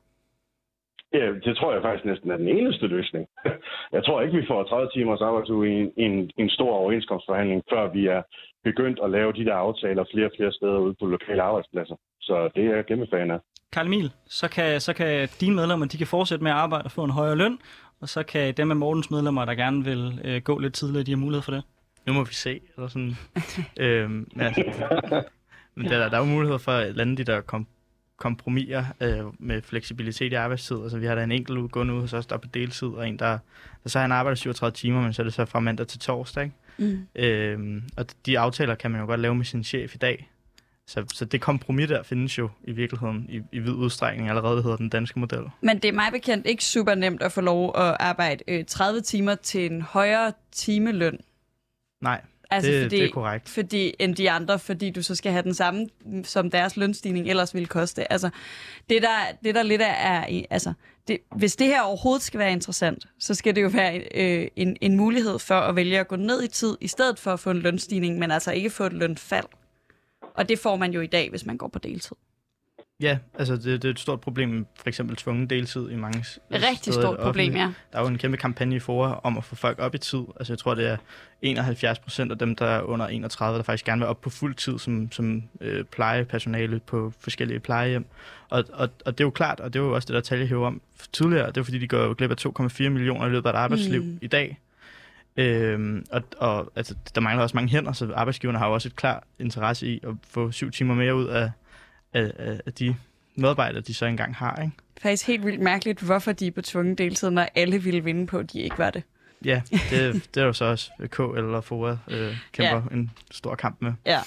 Ja, det tror jeg faktisk næsten er den eneste løsning. Jeg tror ikke, vi får tredive timers arbejdsuge i en, en, en stor overenskomstforhandling, før vi er begyndt at lave de der aftaler flere og flere steder ude på lokale arbejdspladser. Så det er jeg kæmpe fan af. Carl Emil, så kan, så kan dine medlemmer, de kan fortsætte med at arbejde og få en højere løn, og så kan dem af Mortens medlemmer, der gerne vil øh, gå lidt tidligere, de har mulighed for det. Nu må vi se. Eller sådan. øhm, men altså, men der, der er jo mulighed for at lande de der kom, kompromiser øh, med fleksibilitet i arbejdstid. Altså vi har da en enkelt uge gående ud hos os, der er på deltid, og en, der, der så har han arbejdet syvogtredive timer, men så er det så fra mandag til torsdag. Ikke? Mm. Øhm, og de aftaler kan man jo godt lave med sin chef i dag. Så, så det kompromis der findes jo i virkeligheden i, i vid udstrækning allerede, det hedder den danske model. Men det er mig bekendt ikke super nemt at få lov at arbejde øh, tredive timer til en højere timeløn. Nej, altså det, fordi, det er korrekt. Fordi, end de andre, fordi du så skal have den samme, som deres lønstigning ellers ville koste. Altså, det der, det der lidt er... Altså, det, hvis det her overhovedet skal være interessant, så skal det jo være øh, en, en mulighed for at vælge at gå ned i tid, i stedet for at få en lønstigning, men altså ikke få et lønfald. Og det får man jo i dag, hvis man går på deltid. Ja, altså det, det er et stort problem, for eksempel tvungen deltid i mange Rigtig stort problem, ja. Der er jo en kæmpe kampagne i Fora om at få folk op i tid. Altså jeg tror, det er enoghalvfjerds procent af dem, der er under enogtredive, der faktisk gerne vil op på fuld tid som, som øh, plejepersonale på forskellige plejehjem. Og, og, og det er jo klart, og det er jo også det, der Talje hæver om tidligere, det er fordi, de går glip af to komma fire millioner i løbet af et arbejdsliv mm. i dag. Øhm, og og altså, der mangler også mange hænder, så arbejdsgiverne har jo også et klar interesse i at få syv timer mere ud af, af, af de medarbejdere, de så engang har, ikke? Faktisk helt vildt mærkeligt, hvorfor de er på tvungen deltid, når alle ville vinde på, at de ikke var det. Ja, det, det er jo så også K L og Fora øh, kæmper ja. en stor kamp med. Ja.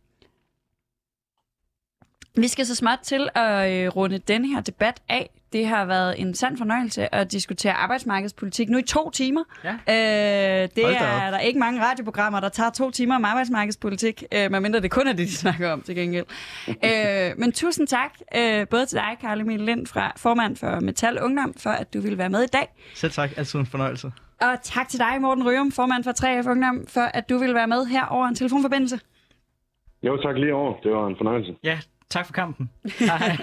Vi skal så småt til at øh, runde den her debat af. Det har været en sand fornøjelse at diskutere arbejdsmarkedspolitik nu i to timer. Ja. Øh, det er der ikke mange radioprogrammer, der tager to timer om arbejdsmarkedspolitik, øh, medmindre det kun er det, de snakker om til gengæld. øh, men tusind tak, øh, både til dig, Carl Emil Lind, fra formand for Metal Ungdom, for at du ville være med i dag. Selv tak, altid en fornøjelse. Og tak til dig, Morten Rørum, formand for tre F Ungdom, for at du ville være med her over en telefonforbindelse. Jo, tak lige over. Det var en fornøjelse. Ja, tak for kampen. Hej.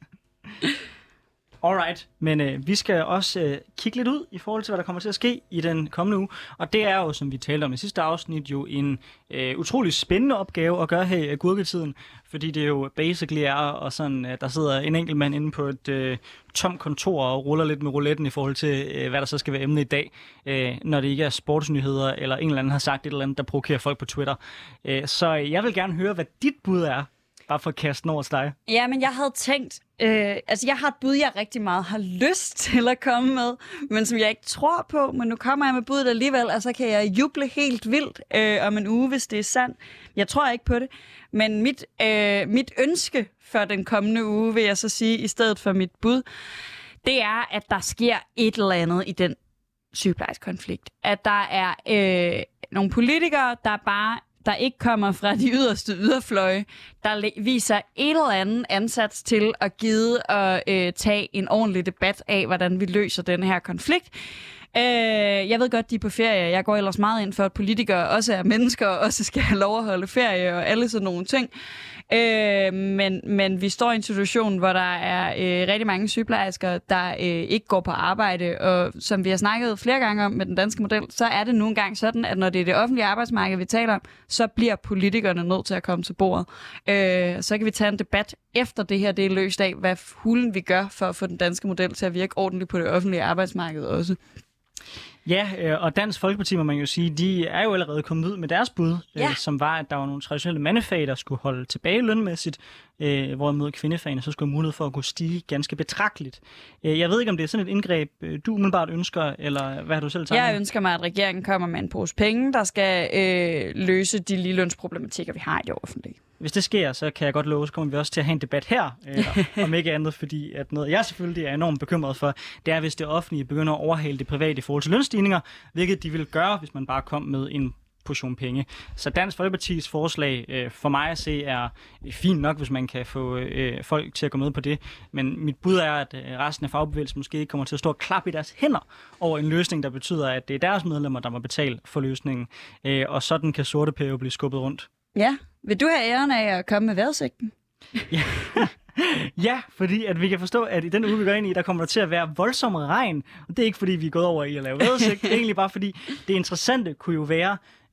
Alright, men øh, vi skal også øh, kigge lidt ud i forhold til, hvad der kommer til at ske i den kommende uge. Og det er jo, som vi talte om i sidste afsnit, jo en øh, utrolig spændende opgave at gøre her i gurketiden. Fordi det jo basically er, og sådan, at der sidder en enkelt mand inde på et øh, tomt kontor og ruller lidt med rouletten i forhold til, øh, hvad der så skal være emne i dag. Øh, når det ikke er sportsnyheder, eller en eller anden har sagt et eller andet, der provokerer folk på Twitter. Øh, så jeg vil gerne høre, hvad dit bud er. Bare for at kaste den over til dig. Ja, men jeg havde tænkt... Øh, altså, jeg har et bud, jeg rigtig meget har lyst til at komme med, men som jeg ikke tror på. Men nu kommer jeg med budet alligevel, og så kan jeg juble helt vildt øh, om en uge, hvis det er sandt. Jeg tror ikke på det. Men mit, øh, mit ønske for den kommende uge, vil jeg så sige, i stedet for mit bud, det er, at der sker et eller andet i den sygeplejerskonflikt. At der er øh, nogle politikere, der bare... der ikke kommer fra de yderste yderfløje, der viser et eller andet ansats til at gide at øh, tage en ordentlig debat af, hvordan vi løser den her konflikt. Øh, jeg ved godt, de er på ferie. Jeg går ellers meget ind for, at politikere også er mennesker, og også skal have lov at holde ferie og alle sådan nogle ting. Øh, men, men vi står i en situation, hvor der er øh, rigtig mange sygeplejersker, der øh, ikke går på arbejde, og som vi har snakket flere gange om med den danske model, så er det nu engang sådan, at når det er det offentlige arbejdsmarked, vi taler om, så bliver politikerne nødt til at komme til bordet. Øh, så kan vi tage en debat efter det her, det er løst af, hvad hulen vi gør for at få den danske model til at virke ordentligt på det offentlige arbejdsmarked også. Ja, og Dansk Folkeparti, må man jo sige, de er jo allerede kommet ud med deres bud, ja. øh, som var, at der var nogle traditionelle mandefag, der skulle holde tilbage lønmæssigt, øh, hvorimod kvindefagene så skulle have mulighed for at kunne stige ganske betragteligt. Øh, jeg ved ikke, om det er sådan et indgreb, du umiddelbart ønsker, eller hvad har du selv taget? Jeg ønsker mig, at regeringen kommer med en pose penge, der skal øh, løse de ligelønsproblematikker, vi har i det offentlige. Hvis det sker, så kan jeg godt love, så kommer vi også til at have en debat her, øh, om ikke andet, fordi at noget, jeg selvfølgelig er enormt bekymret for, det er, hvis det offentlige begynder at overhale det private i forhold til lønstigninger, hvilket de vil gøre, hvis man bare kom med en portion penge. Så Dansk Folkepartis forslag øh, for mig at se er fint nok, hvis man kan få øh, folk til at gå med på det. Men mit bud er, at øh, resten af fagbevægelsen måske ikke kommer til at stå og klappe i deres hænder over en løsning, der betyder, at det er deres medlemmer, der må betale for løsningen. Øh, og sådan kan sorte pæve blive skubbet rundt. Ja. Vil du have æren af at komme med vejrudsigten? Ja. Ja, fordi at vi kan forstå, at i den uge, vi går ind i, der kommer der til at være voldsom regn. Og det er ikke, fordi vi er gået over i at lave vejrudsigt. Det er egentlig bare, fordi det interessante kunne jo være,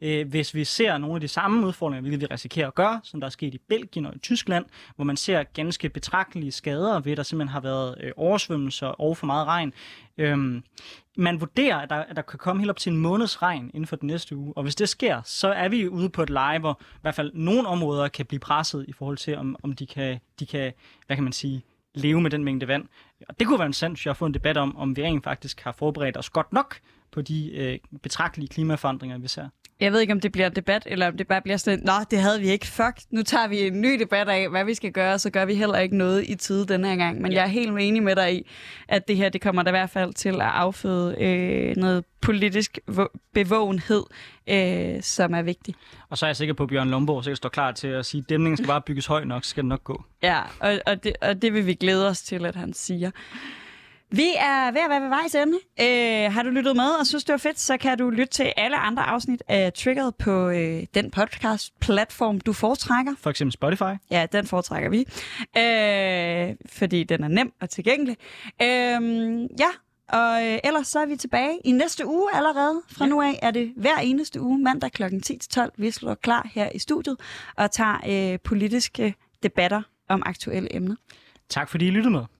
øh, hvis vi ser nogle af de samme udfordringer, hvilket vi risikerer at gøre, som der er sket i Belgien og i Tyskland, hvor man ser ganske betragtelige skader ved, at der simpelthen har været øh, oversvømmelser og for meget regn. Øhm, man vurderer, at der, at der kan komme helt op til en måneds regn inden for den næste uge, og hvis det sker, så er vi ude på et leje, hvor i hvert fald nogle områder kan blive presset i forhold til, om, om de, kan, de kan, hvad kan man sige, leve med den mængde vand. Og det kunne være interessant, hvis jeg har fået en debat om, om vi rent faktisk har forberedt os godt nok på de øh, betragtelige klimaforandringer, vi ser. Jeg ved ikke, om det bliver en debat, eller om det bare bliver sådan, nå, det havde vi ikke, fuck, nu tager vi en ny debat af, hvad vi skal gøre, så gør vi heller ikke noget i tide den her gang. Men ja. Jeg er helt enig med dig i, at det her, det kommer der i hvert fald til at afføde øh, noget politisk bevågenhed, øh, som er vigtig. Og så er jeg sikker på, at Bjørn Lomborg sikkert står klar til at sige, at dæmningen skal bare bygges højt nok, så skal det nok gå. Ja, og, og, det, og det vil vi glæde os til, at han siger. Vi er ved at være ved vejs ende. Øh, har du lyttet med og synes, det var fedt, så kan du lytte til alle andre afsnit af Triggered på øh, den podcast-platform, du foretrækker. For eksempel Spotify. Ja, den foretrækker vi, øh, fordi den er nem og tilgængelig. Øh, ja, og øh, ellers så er vi tilbage i næste uge allerede. Fra ja. Nu af er det hver eneste uge, mandag klokken ti til tolv. Vi slår klar her i studiet og tager øh, politiske debatter om aktuelle emner. Tak fordi I lyttede med.